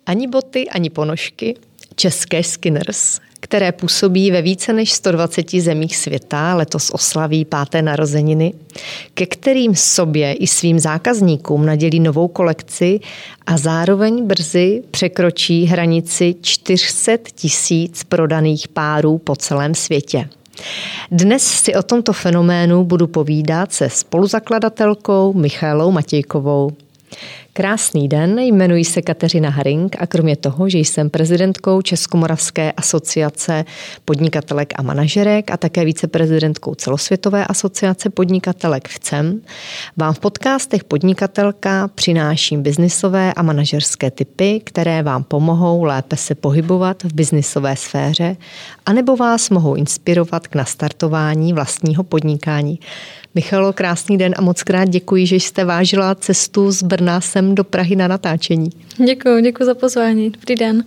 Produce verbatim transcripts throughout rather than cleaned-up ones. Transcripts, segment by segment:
Ani boty, ani ponožky. České Skinners, které působí ve více než sto dvaceti zemích světa, letos oslaví páté narozeniny, ke kterým sobě i svým zákazníkům nadělí novou kolekci a zároveň brzy překročí hranici čtyři sta tisíc prodaných párů po celém světě. Dnes si o tomto fenoménu budu povídat se spoluzakladatelkou Michaelou Matějkovou. Krásný den, jmenuji se Kateřina Haring a kromě toho, že jsem prezidentkou Českomoravské asociace podnikatelek a manažerek a také viceprezidentkou celosvětové asociace podnikatelek v C E M, vám v podcastech Podnikatelka přináším biznisové a manažerské tipy, které vám pomohou lépe se pohybovat v biznisové sféře anebo vás mohou inspirovat k nastartování vlastního podnikání. Michalo, krásný den a moc krát děkuji, že jste vážila cestu z Brna sem do Prahy na natáčení. Děkuji, děkuji za pozvání. Dobrý den.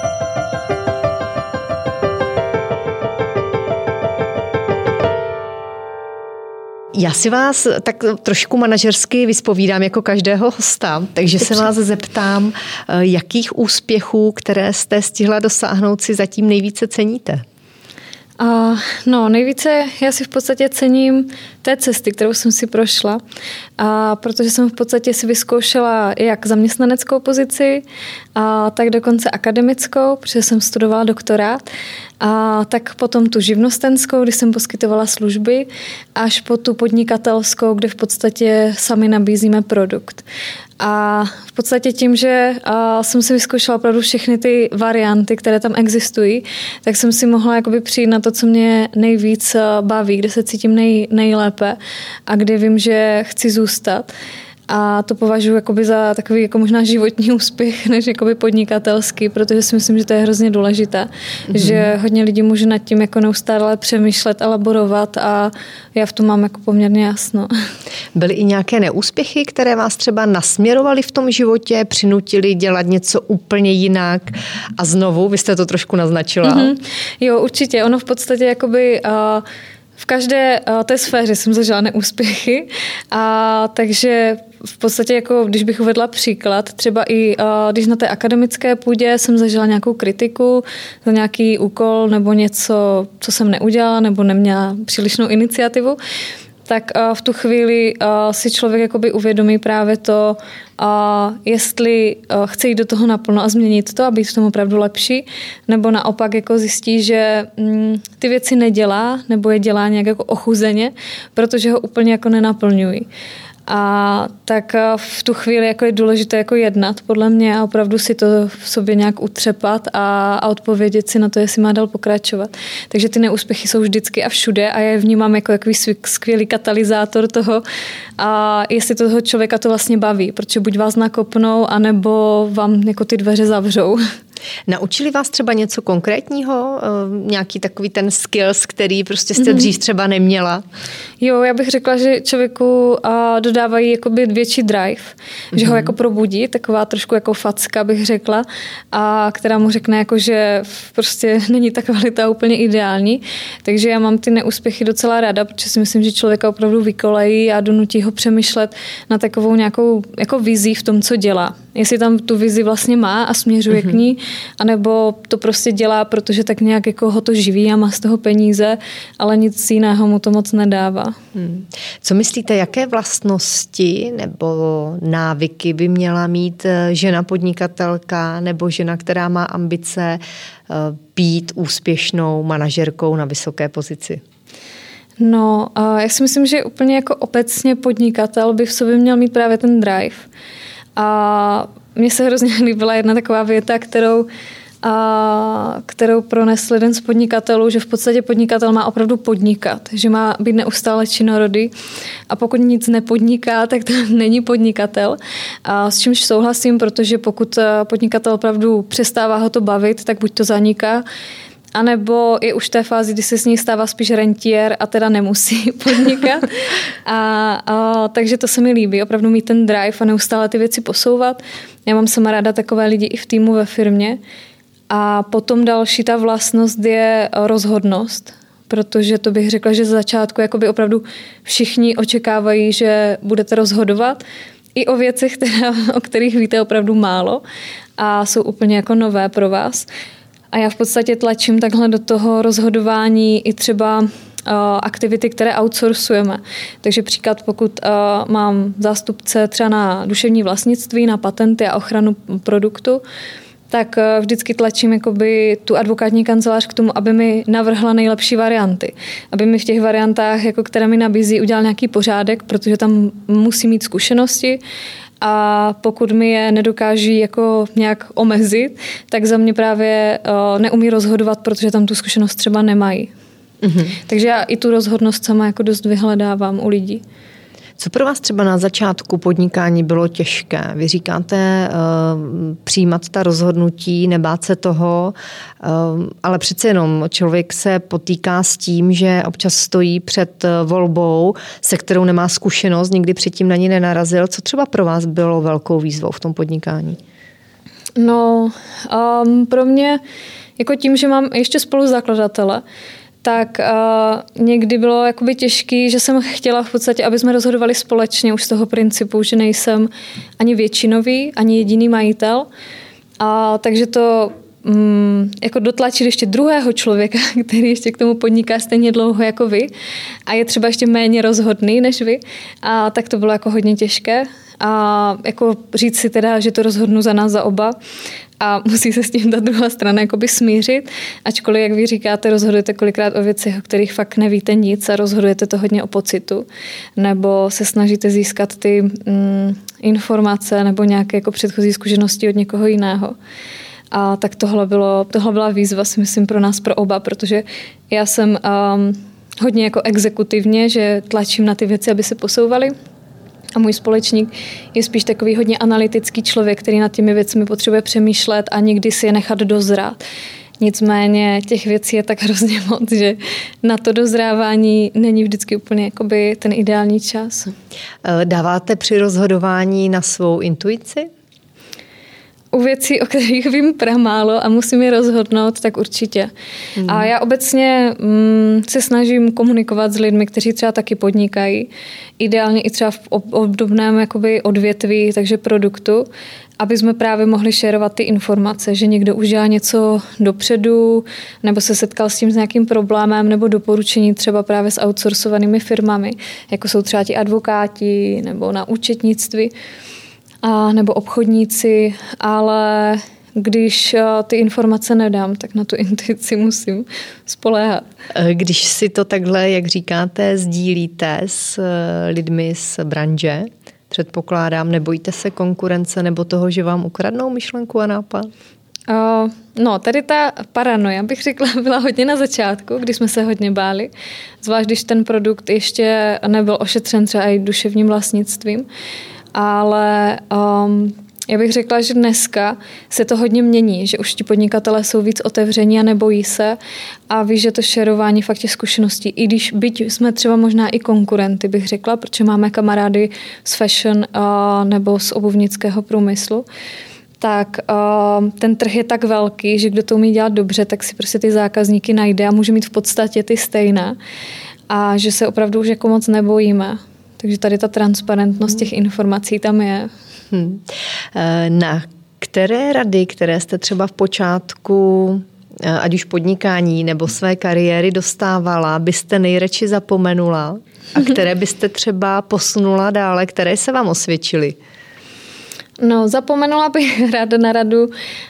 Já si vás tak trošku manažersky vyspovídám jako každého hosta, takže se vás zeptám, jakých úspěchů, které jste stihla dosáhnout, si zatím nejvíce ceníte? Uh, no, nejvíce já si v podstatě cením té cesty, kterou jsem si prošla, uh, protože jsem v podstatě si vyzkoušela jak zaměstnaneckou pozici, uh, tak dokonce akademickou, protože jsem studovala doktorát, a tak potom tu živnostenskou, kdy jsem poskytovala služby, až po tu podnikatelskou, kde v podstatě sami nabízíme produkt. A v podstatě tím, že jsem si vyzkoušela opravdu všechny ty varianty, které tam existují, tak jsem si mohla jakoby přijít na to, co mě nejvíc baví, kde se cítím nej, nejlépe a kde vím, že chci zůstat. A to považuji jakoby za takový jako možná životní úspěch, než jakoby podnikatelský, protože si myslím, že to je hrozně důležité, mm-hmm. že hodně lidí může nad tím jako neustále přemýšlet a laborovat a já v tom mám jako poměrně jasno. Byly i nějaké neúspěchy, které vás třeba nasměrovaly v tom životě, přinutily dělat něco úplně jinak a znovu, vy jste to trošku naznačila. Mm-hmm. Jo, určitě. Ono v podstatě jakoby... Uh, V každé té sféře jsem zažila neúspěchy, a takže v podstatě, jako když bych uvedla příklad, třeba i když na té akademické půdě jsem zažila nějakou kritiku za nějaký úkol nebo něco, co jsem neudělala nebo neměla přílišnou iniciativu, tak v tu chvíli si člověk jakoby uvědomí právě to, jestli chce jít do toho naplno a změnit to a být v tom opravdu lepší, nebo naopak jako zjistí, že ty věci nedělá, nebo je dělá nějak jako ochuzeně, protože ho úplně jako nenaplňují. A tak v tu chvíli jako je důležité jako jednat podle mě a opravdu si to v sobě nějak utřepat a, a odpovědět si na to, jestli má dál pokračovat. Takže ty neúspěchy jsou vždycky a všude a já je vnímám jako takový skvělý katalyzátor toho, a jestli toho člověka to vlastně baví, protože buď vás nakopnou, anebo vám jako ty dveře zavřou. Naučili vás třeba něco konkrétního? Nějaký takový ten skills, který prostě jste dřív třeba neměla? Jo, já bych řekla, že člověku dodávají jakoby větší drive, mm-hmm. že ho jako probudí, taková trošku jako facka bych řekla, a která mu řekne, jako, že prostě není ta kvalita úplně ideální. Takže já mám ty neúspěchy docela ráda, protože si myslím, že člověka opravdu vykolejí a donutí ho přemýšlet na takovou nějakou jako vizí v tom, co dělá. Jestli tam tu vizi vlastně má a směřuje mm-hmm. k ní, anebo to prostě dělá, protože tak nějak jako ho to živí a má z toho peníze, ale nic jiného mu to moc nedává. Hmm. Co myslíte, jaké vlastnosti nebo návyky by měla mít žena podnikatelka nebo žena, která má ambice být úspěšnou manažerkou na vysoké pozici? No, já si myslím, že úplně jako obecně podnikatel by v sobě měl mít právě ten drive. A mně se hrozně líbila jedna taková věta, kterou, a, kterou pronesl jeden z podnikatelů, že v podstatě podnikatel má opravdu podnikat, že má být neustále činorodý a pokud nic nepodniká, tak to není podnikatel. A s čímž souhlasím, protože pokud podnikatel opravdu přestává ho to bavit, tak buď to zaniká, anebo je už v té fázi, kdy se s ní stává spíš rentier a teda nemusí podnikat. A, a, takže to se mi líbí, opravdu mít ten drive a neustále ty věci posouvat. Já mám sama ráda takové lidi i v týmu ve firmě. A potom další ta vlastnost je rozhodnost, protože to bych řekla, že z začátku jakoby opravdu všichni očekávají, že budete rozhodovat, i o věcech, které, o kterých víte opravdu málo a jsou úplně jako nové pro vás. A já v podstatě tlačím takhle do toho rozhodování i třeba aktivity, které outsourcujeme. Takže příklad, pokud uh, mám zástupce třeba na duševní vlastnictví, na patenty a ochranu produktu, tak uh, vždycky tlačím jakoby tu advokátní kancelář k tomu, aby mi navrhla nejlepší varianty. Aby mi v těch variantách, jako které mi nabízí, udělal nějaký pořádek, protože tam musí mít zkušenosti. A pokud mi je nedokáží jako nějak omezit, tak za mě právě uh, neumí rozhodovat, protože tam tu zkušenost třeba nemají. Mm-hmm. Takže já i tu rozhodnost sama jako dost vyhledávám u lidí. Co pro vás třeba na začátku podnikání bylo těžké? Vy říkáte uh, přijímat ta rozhodnutí, nebát se toho, uh, ale přece jenom člověk se potýká s tím, že občas stojí před volbou, se kterou nemá zkušenost, nikdy předtím na ní nenarazil. Co třeba pro vás bylo velkou výzvou v tom podnikání? No, um, pro mě, jako tím, že mám ještě spoluzakladatele, tak uh, někdy bylo jakoby těžký, že jsem chtěla v podstatě, aby jsme rozhodovali společně už z toho principu, že nejsem ani většinový, ani jediný majitel. A takže to um, jako dotlačit ještě druhého člověka, který ještě k tomu podniká stejně dlouho jako vy a je třeba ještě méně rozhodný než vy. A tak to bylo jako hodně těžké. A jako říct si teda, že to rozhodnu za nás za oba a musí se s tím ta druhá strana jakoby smířit, ačkoliv, jak vy říkáte, rozhodujete kolikrát o věcech, o kterých fakt nevíte nic a rozhodujete to hodně o pocitu, nebo se snažíte získat ty mm, informace nebo nějaké jako předchozí zkušenosti od někoho jiného. A tak tohle, bylo, tohle byla výzva, si myslím, pro nás, pro oba, protože já jsem um, hodně jako exekutivně, že tlačím na ty věci, aby se posouvaly. A můj společník je spíš takový hodně analytický člověk, který nad těmi věcmi potřebuje přemýšlet a někdy si je nechat dozrát. Nicméně těch věcí je tak hrozně moc, že na to dozrávání není vždycky úplně jakoby ten ideální čas. Dáváte při rozhodování na svou intuici? U věcí, o kterých vím pramálo a musím je rozhodnout, tak určitě. Mm. A já obecně mm, se snažím komunikovat s lidmi, kteří třeba taky podnikají. Ideálně i třeba v obdobném jakoby odvětví, takže produktu, aby jsme právě mohli šerovat ty informace, že někdo už dělá něco dopředu, nebo se setkal s tím s nějakým problémem, nebo doporučení třeba právě s outsourcovanými firmami, jako jsou třeba ti advokáti, nebo na účetnictví. A nebo obchodníci, ale když ty informace nedám, tak na tu intuici musím spoléhat. Když si to takhle, jak říkáte, sdílíte s lidmi z branže, předpokládám, nebojíte se konkurence nebo toho, že vám ukradnou myšlenku a nápad? Uh, no, tady ta paranoja, bych řekla, byla hodně na začátku, kdy jsme se hodně báli, zvlášť když ten produkt ještě nebyl ošetřen třeba i duševním vlastnictvím. Ale um, já bych řekla, že dneska se to hodně mění, že už ti podnikatelé jsou víc otevření a nebojí se a ví, že to šerování fakt je zkušeností. I když byť jsme třeba možná i konkurenty, bych řekla, protože máme kamarády z fashion uh, nebo z obuvnického průmyslu, tak uh, ten trh je tak velký, že kdo to umí dělat dobře, tak si prostě ty zákazníky najde a může mít v podstatě ty stejné a že se opravdu už jako moc nebojíme. Takže tady ta transparentnost těch informací tam je. Hmm. Na které rady, které jste třeba v počátku, ať už podnikání nebo své kariéry dostávala, byste nejradši zapomenula a které byste třeba posunula dále, které se vám osvědčily? No, zapomenula bych ráda na radu.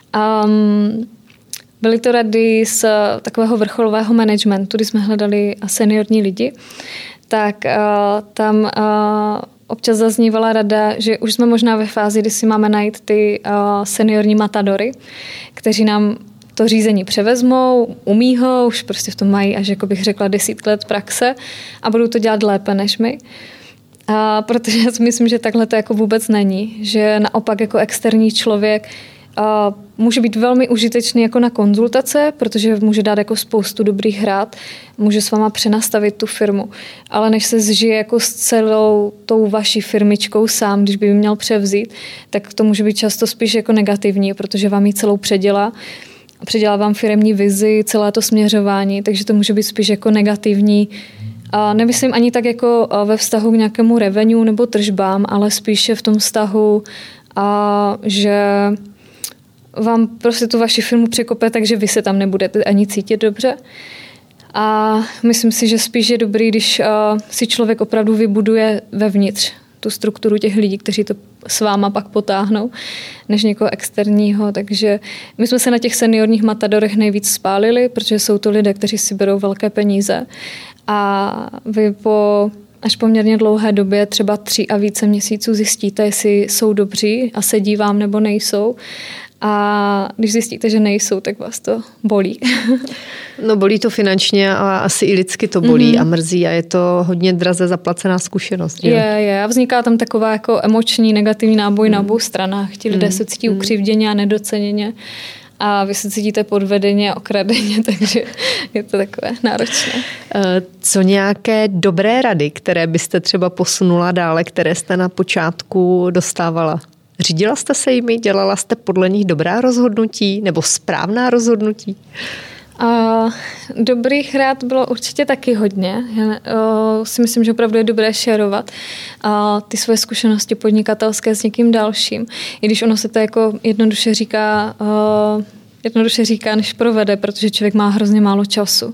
Um, byly to rady z takového vrcholového managementu, kdy jsme hledali seniorní lidi. Tak uh, tam uh, občas zaznívala rada, že už jsme možná ve fázi, kdy si máme najít ty uh, seniorní matadory, kteří nám to řízení převezmou, umí ho, už prostě v tom mají až, jako bych řekla, desít let praxe a budou to dělat lépe než my. A protože já si myslím, že takhle to jako vůbec není, že naopak jako externí člověk a může být velmi užitečný jako na konzultace, protože může dát jako spoustu dobrých rád, může s váma přenastavit tu firmu. Ale než se zžije jako s celou tou vaší firmičkou sám, když by ji měl převzít, tak to může být často spíš jako negativní, protože vám ji celou předělá. Předělá vám firemní vizi, celé to směřování, takže to může být spíš jako negativní A nemyslím ani tak jako ve vztahu k nějakému revenue nebo tržbám, ale spíše v tom vztahu, a, že vám prostě tu vaši firmu překope, takže vy se tam nebudete ani cítit dobře. A myslím si, že spíš je dobrý, když a, si člověk opravdu vybuduje vevnitř tu strukturu těch lidí, kteří to s váma pak potáhnou, než někoho externího. Takže my jsme se na těch seniorních matadorech nejvíc spálili, protože jsou to lidé, kteří si berou velké peníze. A vy po až poměrně dlouhé době, třeba tři a více měsíců, zjistíte, jestli jsou dobří a sedí vám nebo nejsou. A když zjistíte, že nejsou, tak vás to bolí. No bolí to finančně a asi i lidsky to bolí mm-hmm. a mrzí a je to hodně draze zaplacená zkušenost. Je, je. A vzniká tam taková jako emoční negativní náboj mm. na obou stranách. Ti lidé mm. se cítí ukřivděně a nedoceněně a vy se cítíte podvedeně a okradeně, takže je to takové náročné. Co nějaké dobré rady, které byste třeba posunula dále, které jste na počátku dostávala? Řídila jste se jimi? Dělala jste podle nich dobrá rozhodnutí nebo správná rozhodnutí? Uh, dobrých rád bylo určitě taky hodně. Já uh, si myslím, že opravdu je dobré šerovat uh, ty svoje zkušenosti podnikatelské s někým dalším. I když ono se to jako jednoduše říká, uh, jednoduše říká, než provede, protože člověk má hrozně málo času.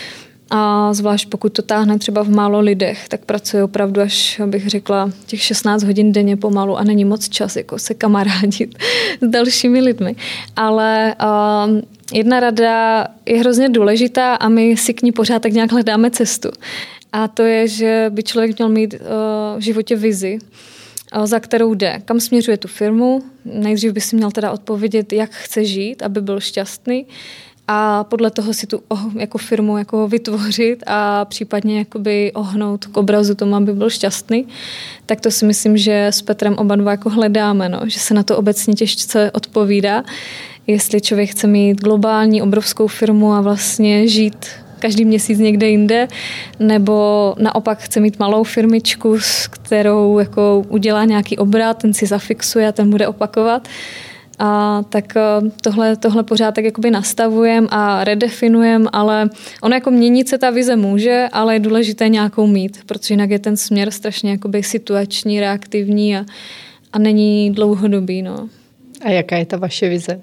A zvlášť pokud to táhne třeba v málo lidech, tak pracuje opravdu až, bych řekla, těch šestnáct hodin denně pomalu a není moc čas jako se kamarádit s dalšími lidmi. Ale um, jedna rada je hrozně důležitá a my si k ní pořád tak nějak hledáme cestu. A to je, že by člověk měl mít uh, v životě vizi, uh, za kterou jde. Kam směřuje tu firmu? Nejdřív by si měl teda odpovědět, jak chce žít, aby byl šťastný. A podle toho si tu jako firmu jako vytvořit a případně jakoby ohnout k obrazu tomu, aby byl šťastný. Tak to si myslím, že s Petrem oba dva jako hledáme, no, že se na to obecně těžce odpovídá. Jestli člověk chce mít globální obrovskou firmu a vlastně žít každý měsíc někde jinde, nebo naopak chce mít malou firmičku, s kterou jako udělá nějaký obrat, ten si zafixuje a ten bude opakovat. A tak tohle, tohle pořád tak jakoby nastavujeme a redefinujeme, ale ono jako měnit se ta vize může, ale je důležité nějakou mít, protože jinak je ten směr strašně jakoby situační, reaktivní a, a není dlouhodobý. No. A jaká je ta vaše vize?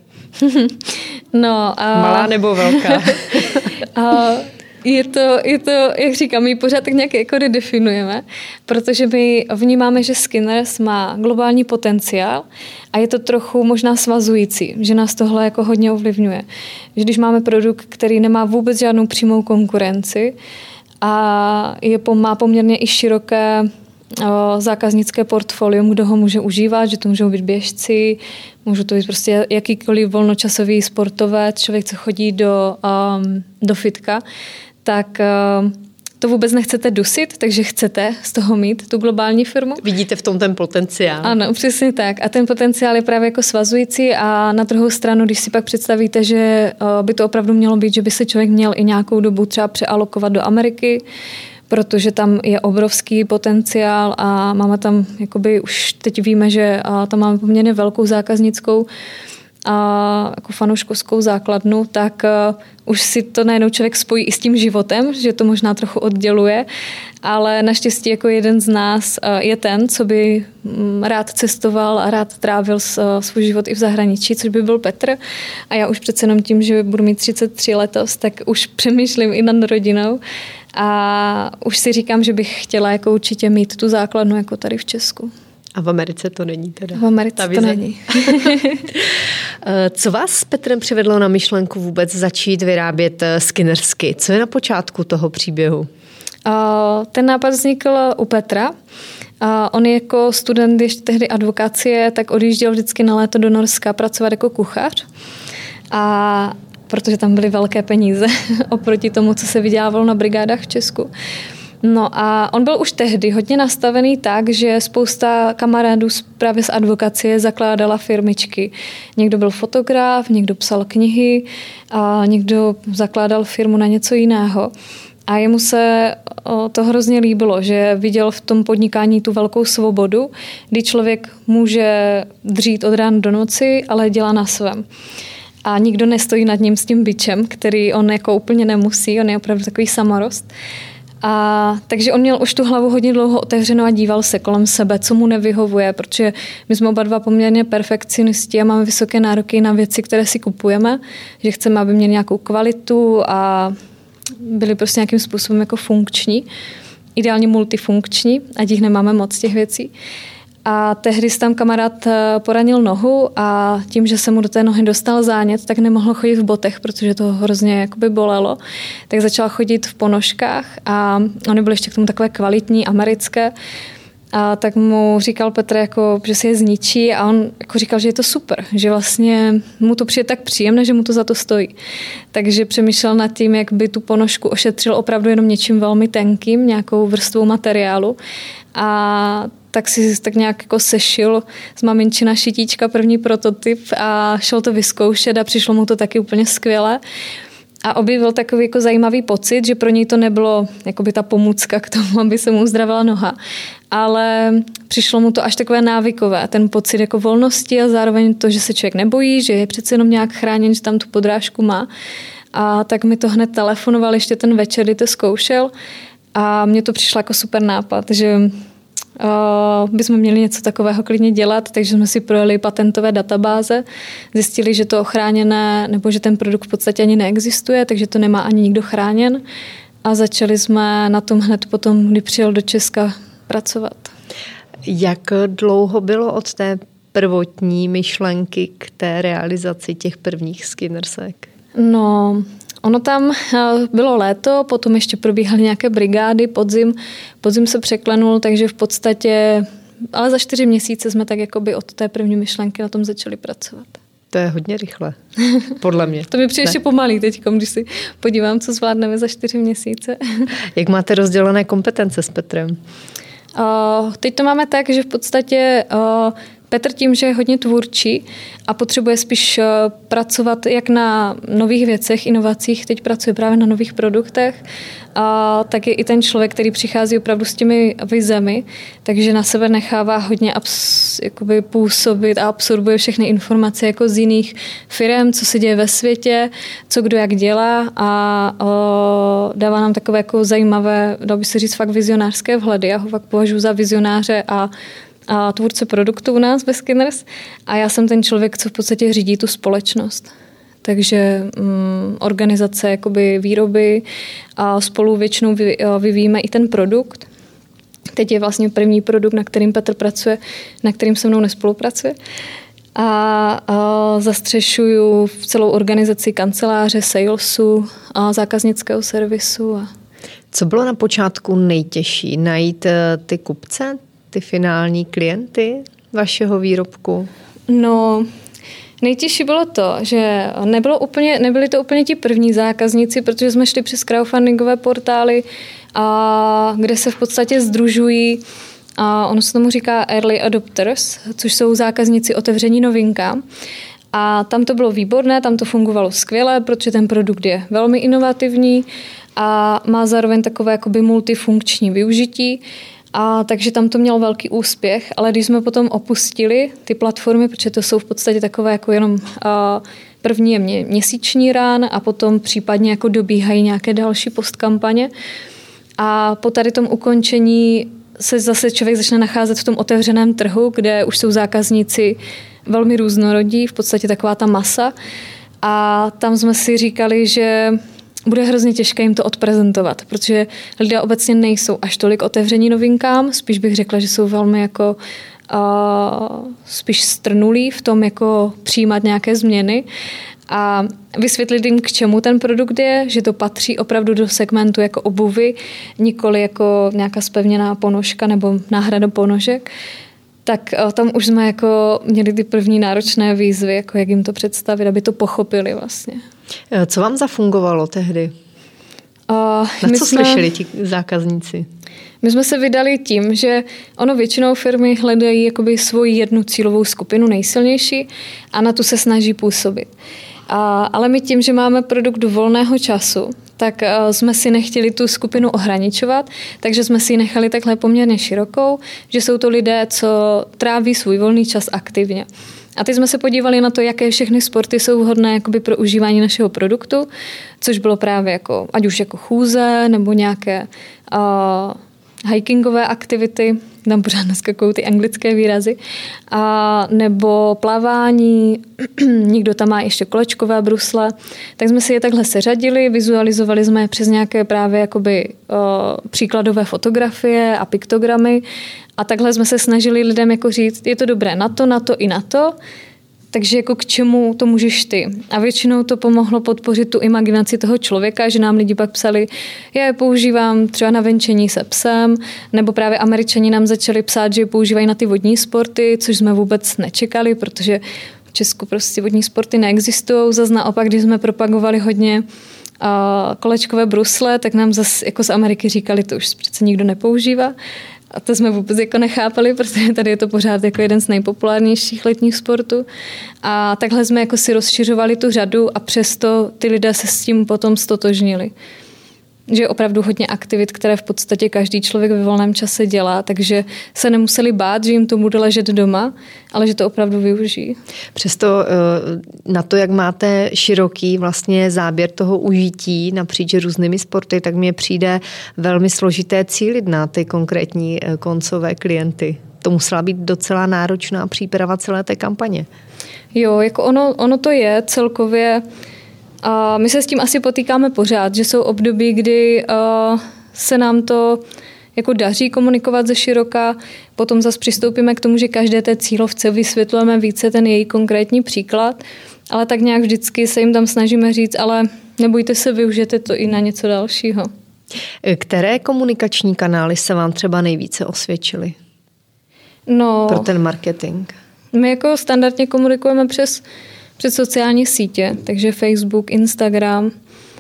no, a... Malá nebo velká? a... Je to, je to, jak říkám, my pořád tak nějak jako redefinujeme, protože my vnímáme, že Skinners má globální potenciál a je to trochu možná svazující, že nás tohle jako hodně ovlivňuje. Že když máme produkt, který nemá vůbec žádnou přímou konkurenci a je, má poměrně i široké o, zákaznické portfolium, kdo ho může užívat, že to můžou být běžci, můžou to být prostě jakýkoliv volnočasový sportovec, člověk, co chodí do, um, do fitka, tak uh, to vůbec nechcete dusit, takže chcete z toho mít tu globální firmu. Vidíte v tom ten potenciál. Ano, přesně tak. A ten potenciál je právě jako svazující a na druhou stranu, když si pak představíte, že uh, by to opravdu mělo být, že by se člověk měl i nějakou dobu třeba přealokovat do Ameriky, protože tam je obrovský potenciál a máme tam, jakoby už teď víme, že tam máme poměrně velkou zákaznickou a jako fanouškovskou základnu, tak uh, už si to najednou člověk spojí i s tím životem, že to možná trochu odděluje, ale naštěstí jako jeden z nás uh, je ten, co by um, rád cestoval a rád trávil s, uh, svůj život i v zahraničí, což by byl Petr. A já už přece jenom tím, že budu mít třicet tři letos, tak už přemýšlím i nad rodinou a už si říkám, že bych chtěla jako určitě mít tu základnu jako tady v Česku. A v Americe to není teda? V Americe to není. Co vás s Petrem přivedlo na myšlenku vůbec začít vyrábět skinnersky? Co je na počátku toho příběhu? Ten nápad vznikl u Petra. On jako student ještě tehdy advokacie, tak odjížděl vždycky na léto do Norska pracovat jako kuchař. A protože tam byly velké peníze oproti tomu, co se vydělávalo na brigádách v Česku. No a on byl už tehdy hodně nastavený tak, že spousta kamarádů právě z advokacie zakládala firmičky. Někdo byl fotograf, někdo psal knihy a někdo zakládal firmu na něco jiného. A jemu se to hrozně líbilo, že viděl v tom podnikání tu velkou svobodu, kdy člověk může dřít od rána do noci, ale dělá na svém. A nikdo nestojí nad ním s tím bičem, který on jako úplně nemusí, on je opravdu takový samorost. A takže on měl už tu hlavu hodně dlouho otevřenou a díval se kolem sebe, co mu nevyhovuje, protože my jsme oba dva poměrně perfekcionisti a máme vysoké nároky na věci, které si kupujeme, že chceme, aby měly nějakou kvalitu a byly prostě nějakým způsobem jako funkční, ideálně multifunkční, ať jich nemáme moc těch věcí. A tehdy se tam kamarád poranil nohu a tím, že se mu do té nohy dostal zánět, tak nemohl chodit v botech, protože to hrozně jakoby bolelo. Tak začal chodit v ponožkách a oni byly ještě k tomu takové kvalitní, americké. A tak mu říkal Petr, jako, že si je zničí a on jako říkal, že je to super, že vlastně mu to přijde tak příjemné, že mu to za to stojí. Takže přemýšlel nad tím, jak by tu ponožku ošetřil opravdu jenom něčím velmi tenkým, nějakou vrstvou materiálu. A tak si tak nějak jako sešil z maminčina šitíčka první prototyp a šel to vyzkoušet a přišlo mu to taky úplně skvěle. A objevil takový jako zajímavý pocit, že pro něj to nebylo jakoby ta pomůcka k tomu, aby se mu uzdravila noha, ale přišlo mu to až takové návykové, ten pocit jako volnosti a zároveň to, že se člověk nebojí, že je přece jenom nějak chráněn, že tam tu podrážku má. A tak mi to hned telefonoval ještě ten večer, kdy to zkoušel a mně to přišlo jako super nápad, že Uh, bychom měli něco takového klidně dělat, takže jsme si projeli patentové databáze, zjistili, že to ochráněné, nebo že ten produkt v podstatě ani neexistuje, takže to nemá ani nikdo chráněn a začali jsme na tom hned potom, kdy přijel do Česka pracovat. Jak dlouho bylo od té prvotní myšlenky k té realizaci těch prvních Skinnersek? No... Ono tam bylo léto, potom ještě probíhaly nějaké brigády, podzim, podzim se překlenul, takže v podstatě, ale za čtyři měsíce jsme tak jakoby od té první myšlenky na tom začali pracovat. To je hodně rychle, podle mě. To mi přijde ještě pomalý teď, když si podívám, co zvládneme za čtyři měsíce. Jak máte rozdělené kompetence s Petrem? Uh, teď to máme tak, že v podstatě uh, Petr tím, že je hodně tvůrčí a potřebuje spíš pracovat jak na nových věcech, inovacích, teď pracuje právě na nových produktech, a tak je i ten člověk, který přichází opravdu s těmi vizemi, takže na sebe nechává hodně abs, jakoby působit a absorbuje všechny informace jako z jiných firem, co se děje ve světě, co kdo jak dělá a o, dává nám takové jako zajímavé, dalo by se říct fakt vizionářské vhledy. Já ho fakt považuji za vizionáře a a tvůrce produktu u nás ve Skinners a já jsem ten člověk, co v podstatě řídí tu společnost. Takže um, organizace jakoby výroby a spolu většinou vy, vyvíjíme i ten produkt. Teď je vlastně první produkt, na kterým Petr pracuje, na kterým se mnou nespolupracuje. A, a zastřešuju v celou organizaci kanceláře, salesu a zákaznického servisu. A... Co bylo na počátku nejtěžší? Najít ty kupce? Ty finální klienty vašeho výrobku? No, nejtěžší bylo to, že nebylo úplně, nebyli to úplně ti první zákazníci, protože jsme šli přes crowdfundingové portály, a kde se v podstatě sdružují, a ono se tomu říká early adopters, což jsou zákazníci otevření novinkám. A tam to bylo výborné, tam to fungovalo skvěle, protože ten produkt je velmi inovativní a má zároveň takové jakoby multifunkční využití. A takže tam to mělo velký úspěch, ale když jsme potom opustili ty platformy, protože to jsou v podstatě takové jako jenom uh, první je mě, měsíční rán a potom případně jako dobíhají nějaké další postkampaně. A po tady tom ukončení se zase člověk začne nacházet v tom otevřeném trhu, kde už jsou zákazníci velmi různorodí, v podstatě taková ta masa. A tam jsme si říkali, že bude hrozně těžké jim to odprezentovat, protože lidé obecně nejsou až tolik otevření novinkám, spíš bych řekla, že jsou velmi jako uh, spíš strnulí v tom jako přijímat nějaké změny a vysvětlit jim, k čemu ten produkt je, že to patří opravdu do segmentu jako obuvy, nikoli jako nějaká zpevněná ponožka nebo náhrada ponožek. Tak tam už jsme jako měli ty první náročné výzvy, jako jak jim to představit, aby to pochopili vlastně. Co vám zafungovalo tehdy? Uh, Na co jsme, slyšeli ti zákazníci? My jsme se vydali tím, že ono většinou firmy hledají jakoby svoji jednu cílovou skupinu nejsilnější a na tu se snaží působit. A, ale my tím, že máme produkt do volného času, tak jsme si nechtěli tu skupinu ohraničovat, takže jsme si ji nechali takhle poměrně širokou, že jsou to lidé, co tráví svůj volný čas aktivně. A teď jsme se podívali na to, jaké všechny sporty jsou vhodné jakoby pro užívání našeho produktu, což bylo právě jako, ať už jako chůze, nebo nějaké uh, hikingové aktivity, tam pořád naskakují ty anglické výrazy, a nebo plavání, někdo tam má ještě kolečkové brusle, tak jsme si je takhle seřadili, vizualizovali jsme je přes nějaké právě jakoby uh, příkladové fotografie a piktogramy a takhle jsme se snažili lidem jako říct, je to dobré na to, na to i na to, takže jako k čemu to můžeš ty. A většinou to pomohlo podpořit tu imaginaci toho člověka, že nám lidi pak psali, já je používám třeba na venčení se psem, nebo právě Američani nám začali psát, že je používají na ty vodní sporty, což jsme vůbec nečekali, protože v Česku prostě vodní sporty neexistují. Zas naopak, když jsme propagovali hodně kolečkové brusle, tak nám zase jako z Ameriky říkali, to už přece nikdo nepoužívá. A to jsme vůbec jako nechápali, protože tady je to pořád jako jeden z nejpopulárnějších letních sportů. A takhle jsme jako si rozšiřovali tu řadu a přesto ty lidé se s tím potom stotožnili. Že je opravdu hodně aktivit, které v podstatě každý člověk ve volném čase dělá, takže se nemuseli bát, že jim to bude ležet doma, ale že to opravdu využijí. Přesto na to, jak máte široký vlastně záběr toho užití napříč různými sporty, tak mně přijde velmi složité cílit na ty konkrétní koncové klienty. To musela být docela náročná příprava celé té kampaně. Jo, jako ono, ono to je celkově. A my se s tím asi potýkáme pořád, že jsou období, kdy uh, se nám to jako daří komunikovat ze široka, potom zase přistoupíme k tomu, že každé té cílovce vysvětlujeme více ten její konkrétní příklad, ale tak nějak vždycky se jim tam snažíme říct, ale nebojte se, využijete to i na něco dalšího. Které komunikační kanály se vám třeba nejvíce osvědčily? No, pro ten marketing? My jako standardně komunikujeme přes přes sociální sítě, takže Facebook, Instagram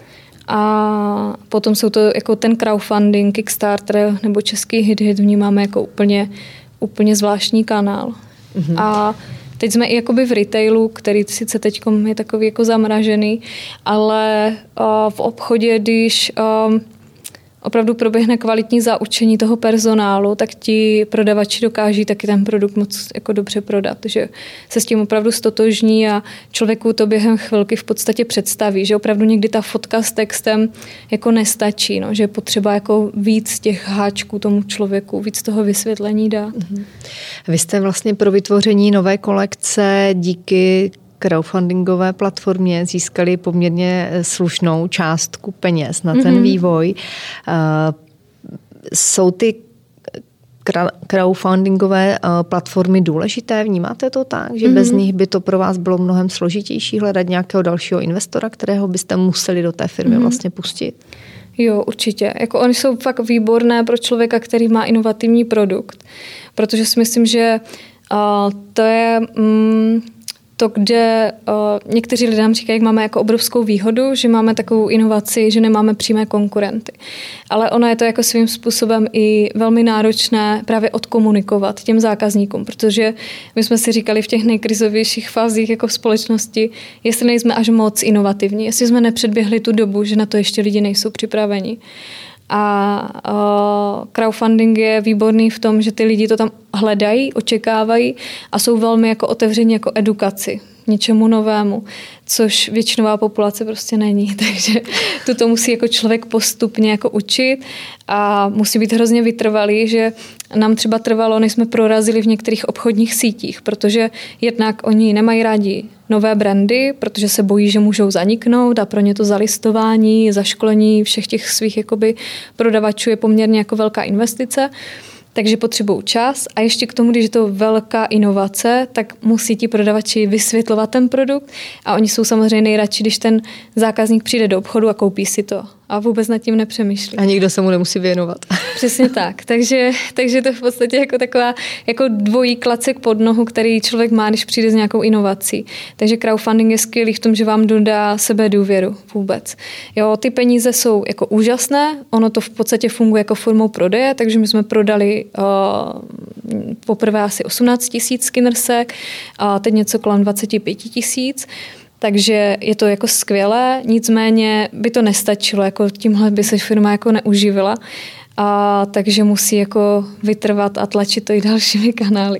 a potom jsou to jako ten crowdfunding, Kickstarter nebo český hit hit vnímáme jako úplně, úplně zvláštní kanál. Mm-hmm. A teď jsme i jakoby v retailu, který sice teď je takový jako zamražený, ale uh, v obchodě, když um, opravdu proběhne kvalitní zaučení toho personálu, tak ti prodavači dokáží taky ten produkt moc jako dobře prodat, že se s tím opravdu stotožní a člověku to během chvilky v podstatě představí, že opravdu někdy ta fotka s textem jako nestačí, no, že je potřeba jako víc těch háčků tomu člověku, víc toho vysvětlení dát. Vy jste vlastně pro vytvoření nové kolekce díky crowdfundingové platformě získali poměrně slušnou částku peněz na ten mm-hmm. vývoj. Jsou ty crowdfundingové platformy důležité? Vnímáte to tak, že mm-hmm. bez nich by to pro vás bylo mnohem složitější hledat nějakého dalšího investora, kterého byste museli do té firmy mm-hmm. vlastně pustit? Jo, určitě. Jako oni jsou fakt výborné pro člověka, který má inovativní produkt. Protože si myslím, že uh, to je... Um, to, kde uh, někteří lidé nám říkají, jak máme jako obrovskou výhodu, že máme takovou inovaci, že nemáme přímé konkurenty. Ale ono je to jako svým způsobem i velmi náročné právě odkomunikovat těm zákazníkům, protože my jsme si říkali v těch nejkrizovějších fázích jako v společnosti, jestli nejsme až moc inovativní, jestli jsme nepředběhli tu dobu, že na to ještě lidi nejsou připraveni. A uh, crowdfunding je výborný v tom, že ty lidi to tam hledají, očekávají a jsou velmi jako otevření jako edukaci, něčemu novému, což většinová populace prostě není. Takže to musí jako člověk postupně jako učit a musí být hrozně vytrvalý, že nám třeba trvalo, než jsme prorazili v některých obchodních sítích, protože jednak oni nemají rádi nové brandy, protože se bojí, že můžou zaniknout a pro ně to zalistování, zaškolení všech těch svých jakoby prodavačů je poměrně jako velká investice. Takže potřebují čas a ještě k tomu, když je to velká inovace, tak musí ti prodavači vysvětlovat ten produkt a oni jsou samozřejmě nejradši, když ten zákazník přijde do obchodu a koupí si to a vůbec nad tím nepřemýšlí. A nikdo se mu nemusí věnovat. Přesně tak. Takže, takže to je v podstatě jako taková jako dvojí klacek pod nohu, který člověk má, když přijde s nějakou inovací. Takže crowdfunding je skvělý v tom, že vám dodá sebedůvěru vůbec. Jo, ty peníze jsou jako úžasné, ono to v podstatě funguje jako formou prodeje, takže my jsme prodali uh, poprvé asi osmnáct tisíc skinnersek a teď něco kolem dvacet pět tisíc. Takže je to jako skvělé, nicméně by to nestačilo, jako tímhle by se firma jako neuživila. A takže musí jako vytrvat a tlačit to i dalšími kanály.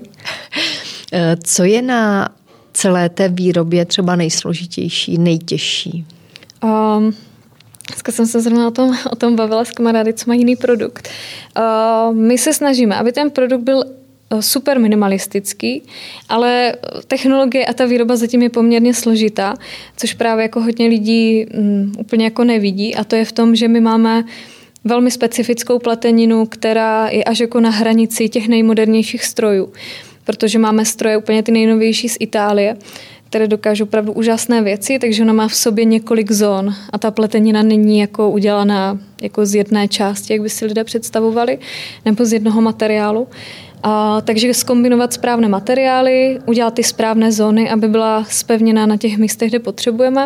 Co je na celé té výrobě třeba nejsložitější, nejtěžší? Um, dneska jsem se zrovna o tom, o tom bavila s kamarády, co má jiný produkt. Uh, my se snažíme, aby ten produkt byl super minimalistický, ale technologie a ta výroba zatím je poměrně složitá, což právě jako hodně lidí um, úplně jako nevidí, a to je v tom, že my máme velmi specifickou plateninu, která je až jako na hranici těch nejmodernějších strojů, protože máme stroje úplně ty nejnovější z Itálie, které dokážou opravdu úžasné věci, takže ona má v sobě několik zón a ta pletenina není jako udělaná jako z jedné části, jak by si lidé představovali, nebo z jednoho materiálu. A, takže zkombinovat správné materiály, udělat ty správné zóny, aby byla zpevněná na těch místech, kde potřebujeme.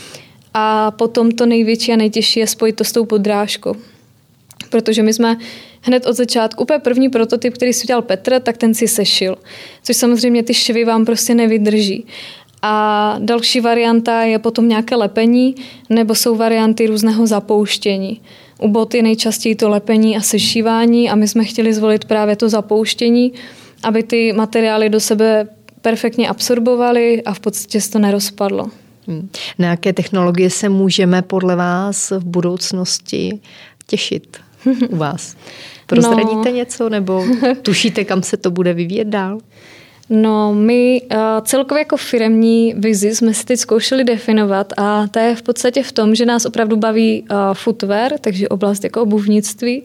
A potom to největší a nejtěžší je spojit to s tou podrážkou. Protože my jsme hned od začátku, úplně první prototyp, který si udělal Petr, tak ten si sešil. Což samozřejmě ty švy vám prostě nevydrží. A další varianta je potom nějaké lepení, nebo jsou varianty různého zapouštění. U bot je nejčastěji to lepení a sešívání a my jsme chtěli zvolit právě to zapouštění, aby ty materiály do sebe perfektně absorbovaly a v podstatě se to nerozpadlo. Hmm. Na jaké technologie se můžeme podle vás v budoucnosti těšit u vás? Prozradíte no. něco nebo tušíte, kam se to bude vyvíjet dál? No, my uh, celkově jako firemní vizi jsme si teď zkoušeli definovat a to je v podstatě v tom, že nás opravdu baví uh, footwear, takže oblast jako obuvnictví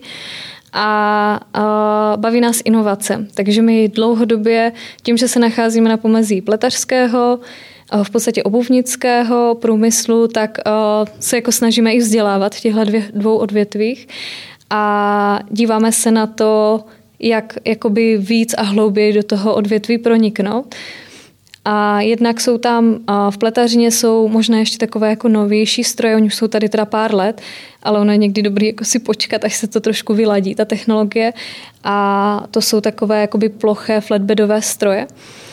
a uh, baví nás inovace. Takže my dlouhodobě tím, že se nacházíme na pomezí pletařského, v podstatě obuvnického průmyslu, tak uh, se jako snažíme i vzdělávat v těchto dvě, dvou odvětvích a díváme se na to, jak jakoby víc a hlouběji do toho odvětví proniknout. A jednak jsou tam, uh, v pletařině jsou možná ještě takové jako novější stroje, oni už jsou tady teda pár let, ale ono je někdy dobrý jako si počkat, až se to trošku vyladí, ta technologie. A to jsou takové jakoby ploché flatbedové stroje.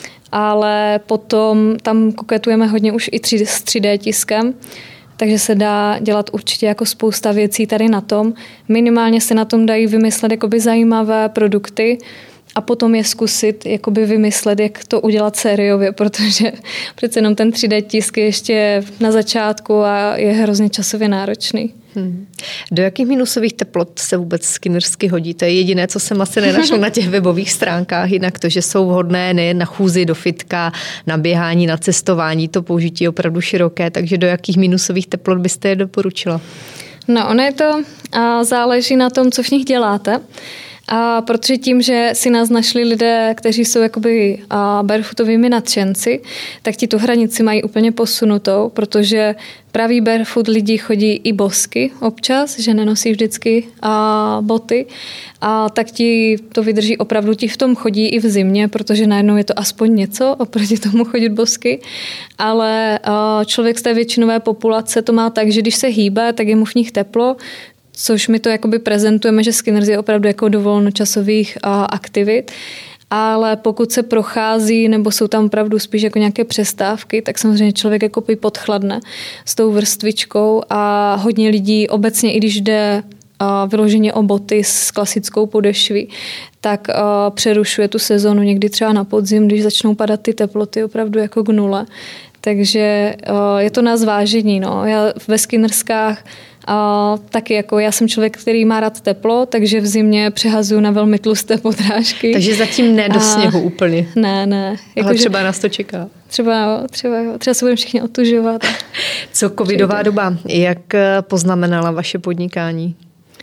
Ale potom tam koketujeme hodně už i s tři dé tiskem, takže se dá dělat určitě jako spousta věcí tady na tom. Minimálně se na tom dají vymyslet jakoby zajímavé produkty a potom je zkusit jakoby vymyslet, jak to udělat sériově, protože přece jenom ten tři dé tisk je ještě na začátku a je hrozně časově náročný. Hmm. Do jakých minusových teplot se vůbec skinnersky hodí? To je jediné, co jsem asi nenašel na těch webových stránkách, jinak to, že jsou vhodné nejen na chůzi do fitka, na běhání, na cestování, to použití je opravdu široké, takže do jakých minusových teplot byste je doporučila? No, ono je to, a záleží na tom, co v nich děláte. A protože tím, že si nás našli lidé, kteří jsou jakoby barefootovými nadšenci, tak ti tu hranici mají úplně posunutou, protože pravý barefoot lidi chodí i bosky občas, že nenosí vždycky a boty, a tak ti to vydrží opravdu, ti v tom chodí i v zimě, protože najednou je to aspoň něco oproti tomu chodit bosky, ale člověk z té většinové populace to má tak, že když se hýbe, tak je mu v nich teplo, což my to jakoby prezentujeme, že Skinners je opravdu jako do volnočasových a, aktivit, ale pokud se prochází nebo jsou tam opravdu spíš jako nějaké přestávky, tak samozřejmě člověk jako podchladne s tou vrstvičkou a hodně lidí obecně, i když jde a, vyloženě o boty s klasickou podešví, tak a, přerušuje tu sezonu někdy třeba na podzim, když začnou padat ty teploty opravdu jako k nule. Takže a, je to na zvážení. No. Já ve skinnerskách A taky jako já jsem člověk, který má rád teplo, takže v zimě přehazuju na velmi tlusté podrážky. Takže zatím ne do sněhu a úplně. Ne, ne. Jako ale třeba nás to čeká. Třeba, třeba, třeba se budeme všichni otužovat. Co covidová doba? Jak poznamenala vaše podnikání?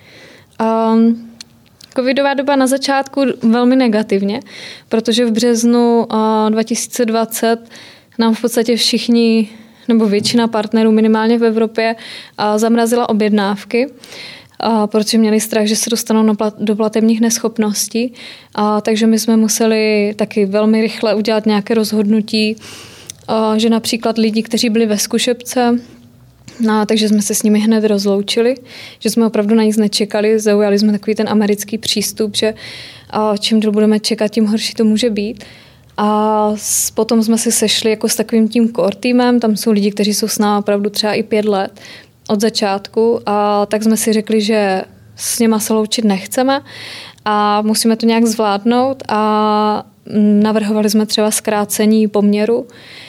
Um, covidová doba na začátku velmi negativně, protože v březnu uh, dva tisíce dvacet nám v podstatě všichni nebo většina partnerů minimálně v Evropě zamrazila objednávky, protože měli strach, že se dostanou do platebních neschopností. Takže my jsme museli taky velmi rychle udělat nějaké rozhodnutí, že například lidi, kteří byli ve zkušebce, no, takže jsme se s nimi hned rozloučili, že jsme opravdu na nic nečekali, zaujali jsme takový ten americký přístup, že čím díl budeme čekat, tím horší to může být. A potom jsme si sešli jako s takovým tím core týmem, tam jsou lidi, kteří jsou s námi opravdu třeba i pět let od začátku, a tak jsme si řekli, že s něma se loučit nechceme a musíme to nějak zvládnout, a navrhovali jsme třeba zkrácení poměru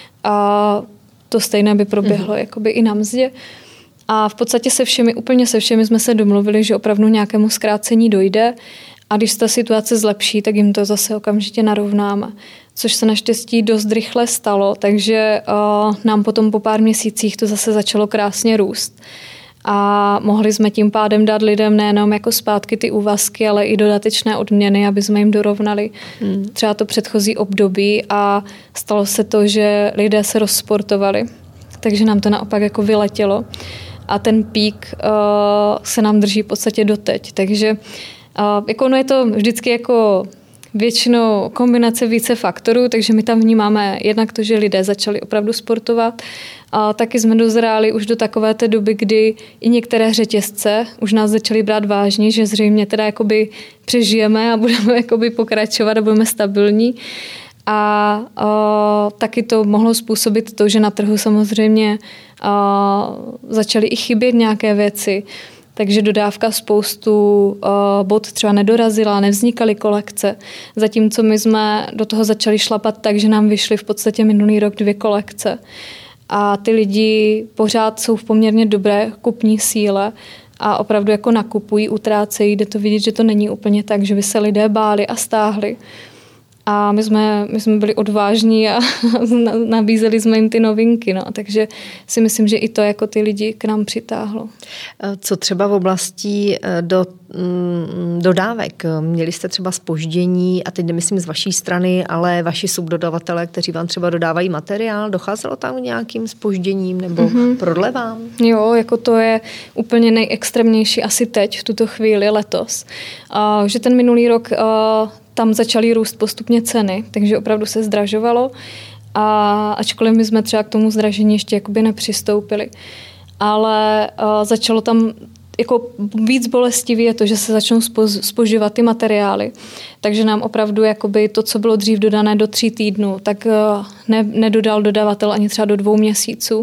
a to stejné by proběhlo mm-hmm. jakoby i na mzdě. A v podstatě se všemi, úplně se všemi jsme se domluvili, že opravdu nějakému zkrácení dojde, a když se ta situace zlepší, tak jim to zase okamžitě narovnáme. Což se naštěstí dost rychle stalo, takže uh, nám potom po pár měsících to zase začalo krásně růst. A mohli jsme tím pádem dát lidem nejenom jako zpátky ty úvazky, ale i dodatečné odměny, aby jsme jim dorovnali hmm. třeba to předchozí období, a stalo se to, že lidé se rozsportovali. Takže nám to naopak jako vyletělo. A ten pík uh, se nám drží v podstatě doteď. Takže uh, jako ono je to vždycky jako většinou kombinace více faktorů, takže my tam vnímáme jednak to, že lidé začali opravdu sportovat, a taky jsme dozráli už do takové té doby, kdy i některé řetězce už nás začaly brát vážně, že zřejmě teda jakoby přežijeme a budeme jakoby pokračovat a budeme stabilní. A uh, taky to mohlo způsobit to, že na trhu samozřejmě uh, začaly i chybět nějaké věci, takže dodávka spoustu uh, bod třeba nedorazila, nevznikaly kolekce. Zatímco my jsme do toho začali šlapat tak, že nám vyšly v podstatě minulý rok dvě kolekce. A ty lidi pořád jsou v poměrně dobré kupní síle a opravdu jako nakupují, utrácejí, jde to vidět, že to není úplně tak, že by se lidé báli a stáhli. A my jsme, my jsme byli odvážní a nabízeli jsme jim ty novinky. No. Takže si myslím, že i to jako ty lidi k nám přitáhlo. Co třeba v oblasti do, dodávek? Měli jste třeba zpoždění, a teď nemyslím z vaší strany, ale vaši subdodavatelé, kteří vám třeba dodávají materiál, docházelo tam k nějakým zpožděním nebo mm-hmm. prodlevám? Jo, jako to je úplně nejextrémnější asi teď, v tuto chvíli, letos. Uh, že ten minulý rok uh, tam začaly růst postupně ceny, takže opravdu se zdražovalo, a ačkoliv my jsme třeba k tomu zdražení ještě jakoby nepřistoupili. Ale uh, začalo tam jako víc bolestivý je to, že se začnou zpožďovat ty materiály. Takže nám opravdu jakoby to, co bylo dřív dodané do tří týdnů, tak uh, ne, nedodal dodavatel ani třeba do dvou měsíců.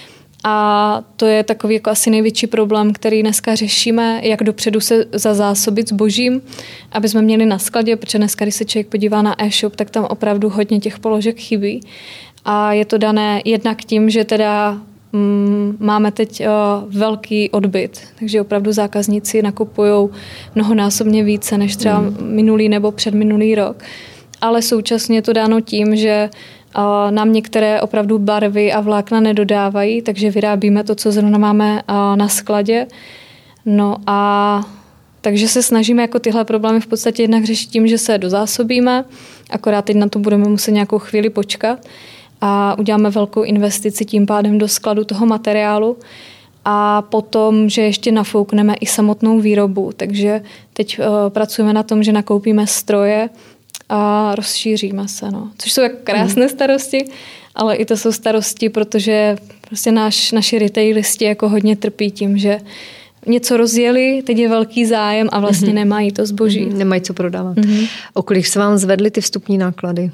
A to je takový jako asi největší problém, který dneska řešíme, jak dopředu se zazásobit zbožím, aby jsme měli na skladě, protože dneska, když se člověk podívá na e-shop, tak tam opravdu hodně těch položek chybí. A je to dané jednak tím, že teda mm, máme teď uh, velký odbyt, takže opravdu zákazníci nakupují mnohonásobně více než třeba mm. minulý nebo předminulý rok. Ale současně je to dáno tím, že nám některé opravdu barvy a vlákna nedodávají, takže vyrábíme to, co zrovna máme na skladě. No a takže se snažíme jako tyhle problémy v podstatě jednak řešit tím, že se dozásobíme, akorát teď na to budeme muset nějakou chvíli počkat a uděláme velkou investici tím pádem do skladu toho materiálu, a potom, že ještě nafoukneme i samotnou výrobu. Takže teď uh, pracujeme na tom, že nakoupíme stroje a rozšíříme se. No. Což jsou jako krásné starosti, ale i to jsou starosti, protože prostě náš, naši retailisti jako hodně trpí tím, že něco rozjeli, teď je velký zájem a vlastně mm-hmm. nemají to zboží. Mm-hmm. Nemají co prodávat. Mm-hmm. O kolik se vám zvedly ty vstupní náklady?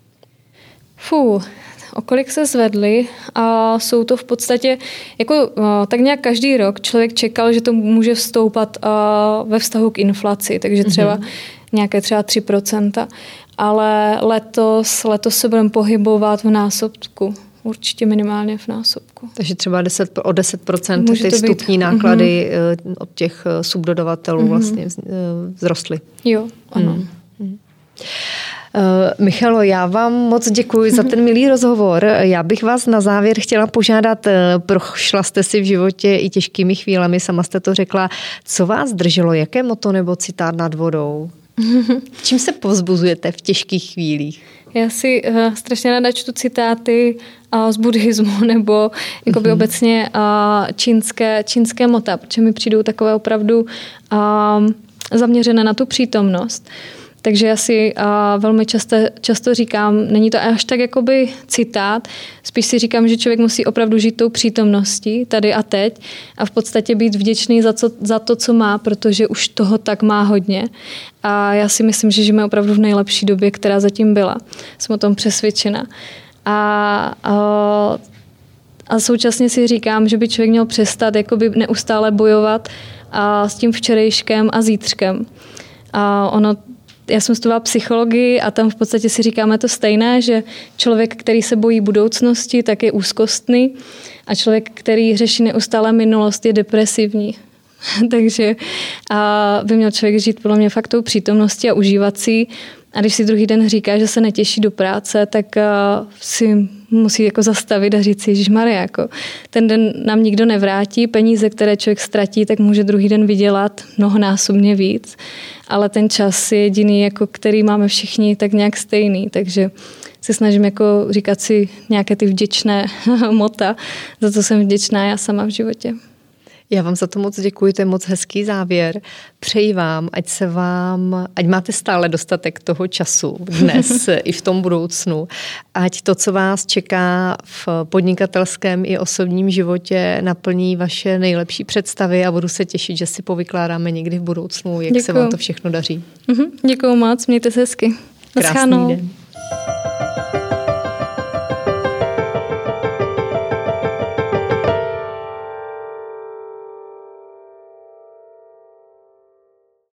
Fú, o kolik se zvedly, a jsou to v podstatě, jako tak nějak každý rok člověk čekal, že to může vstoupat ve vztahu k inflaci, takže třeba mm-hmm. nějaké třeba tři procenta, ale letos, letos se budeme pohybovat v násobku. Určitě minimálně v násobku. Takže třeba deset, o deset procent ty vstupní náklady mm-hmm. od těch subdodavatelů mm-hmm. vlastně vzrostly. Jo, ano. Mm-hmm. Uh, Michalo, já vám moc děkuji za ten milý rozhovor. Já bych vás na závěr chtěla požádat, prošla jste si v životě i těžkými chvílemi, sama jste to řekla. Co vás drželo? Jaké moto nebo citát nad vodou? Čím se povzbuzujete v těžkých chvílích? Já si uh, strašně ráda čtu citáty uh, z buddhismu nebo jakoby mm-hmm. obecně uh, čínské, čínské mota, protože mi přijdou takové opravdu uh, zaměřené na tu přítomnost. Takže já si a, velmi často, často říkám, není to až tak jakoby citát, spíš si říkám, že člověk musí opravdu žít tou přítomností tady a teď a v podstatě být vděčný za, co, za to, co má, protože už toho tak má hodně. A já si myslím, že žijeme opravdu v nejlepší době, která zatím byla. Jsem o tom přesvědčena. A, a, a současně si říkám, že by člověk měl přestat jakoby neustále bojovat a s tím včerejškem a zítřkem. A ono, já jsem studovala psychologii a tam v podstatě si říkáme to stejné, že člověk, který se bojí budoucnosti, tak je úzkostný a člověk, který řeší neustále minulost, je depresivní. Takže a by měl člověk žít podle mě fakt tou přítomností a užívat si. A když si druhý den říká, že se netěší do práce, tak si musí jako zastavit a říct si, ježišmarja, jako ten den nám nikdo nevrátí, peníze, které člověk ztratí, tak může druhý den vydělat mnohonásobně víc, ale ten čas je jediný, jako který máme všichni tak nějak stejný, takže se snažím jako říkat si nějaké ty vděčné mota, za co jsem vděčná já sama v životě. Já vám za to moc děkuji, to je moc hezký závěr. Přeji vám, ať se vám, ať máte stále dostatek toho času dnes i v tom budoucnu. Ať to, co vás čeká v podnikatelském i osobním životě, naplní vaše nejlepší představy a budu se těšit, že si povykládáme někdy v budoucnu, jak Děkuju. Se vám to všechno daří. Mhm, děkuju moc, mějte se hezky. Krásný den.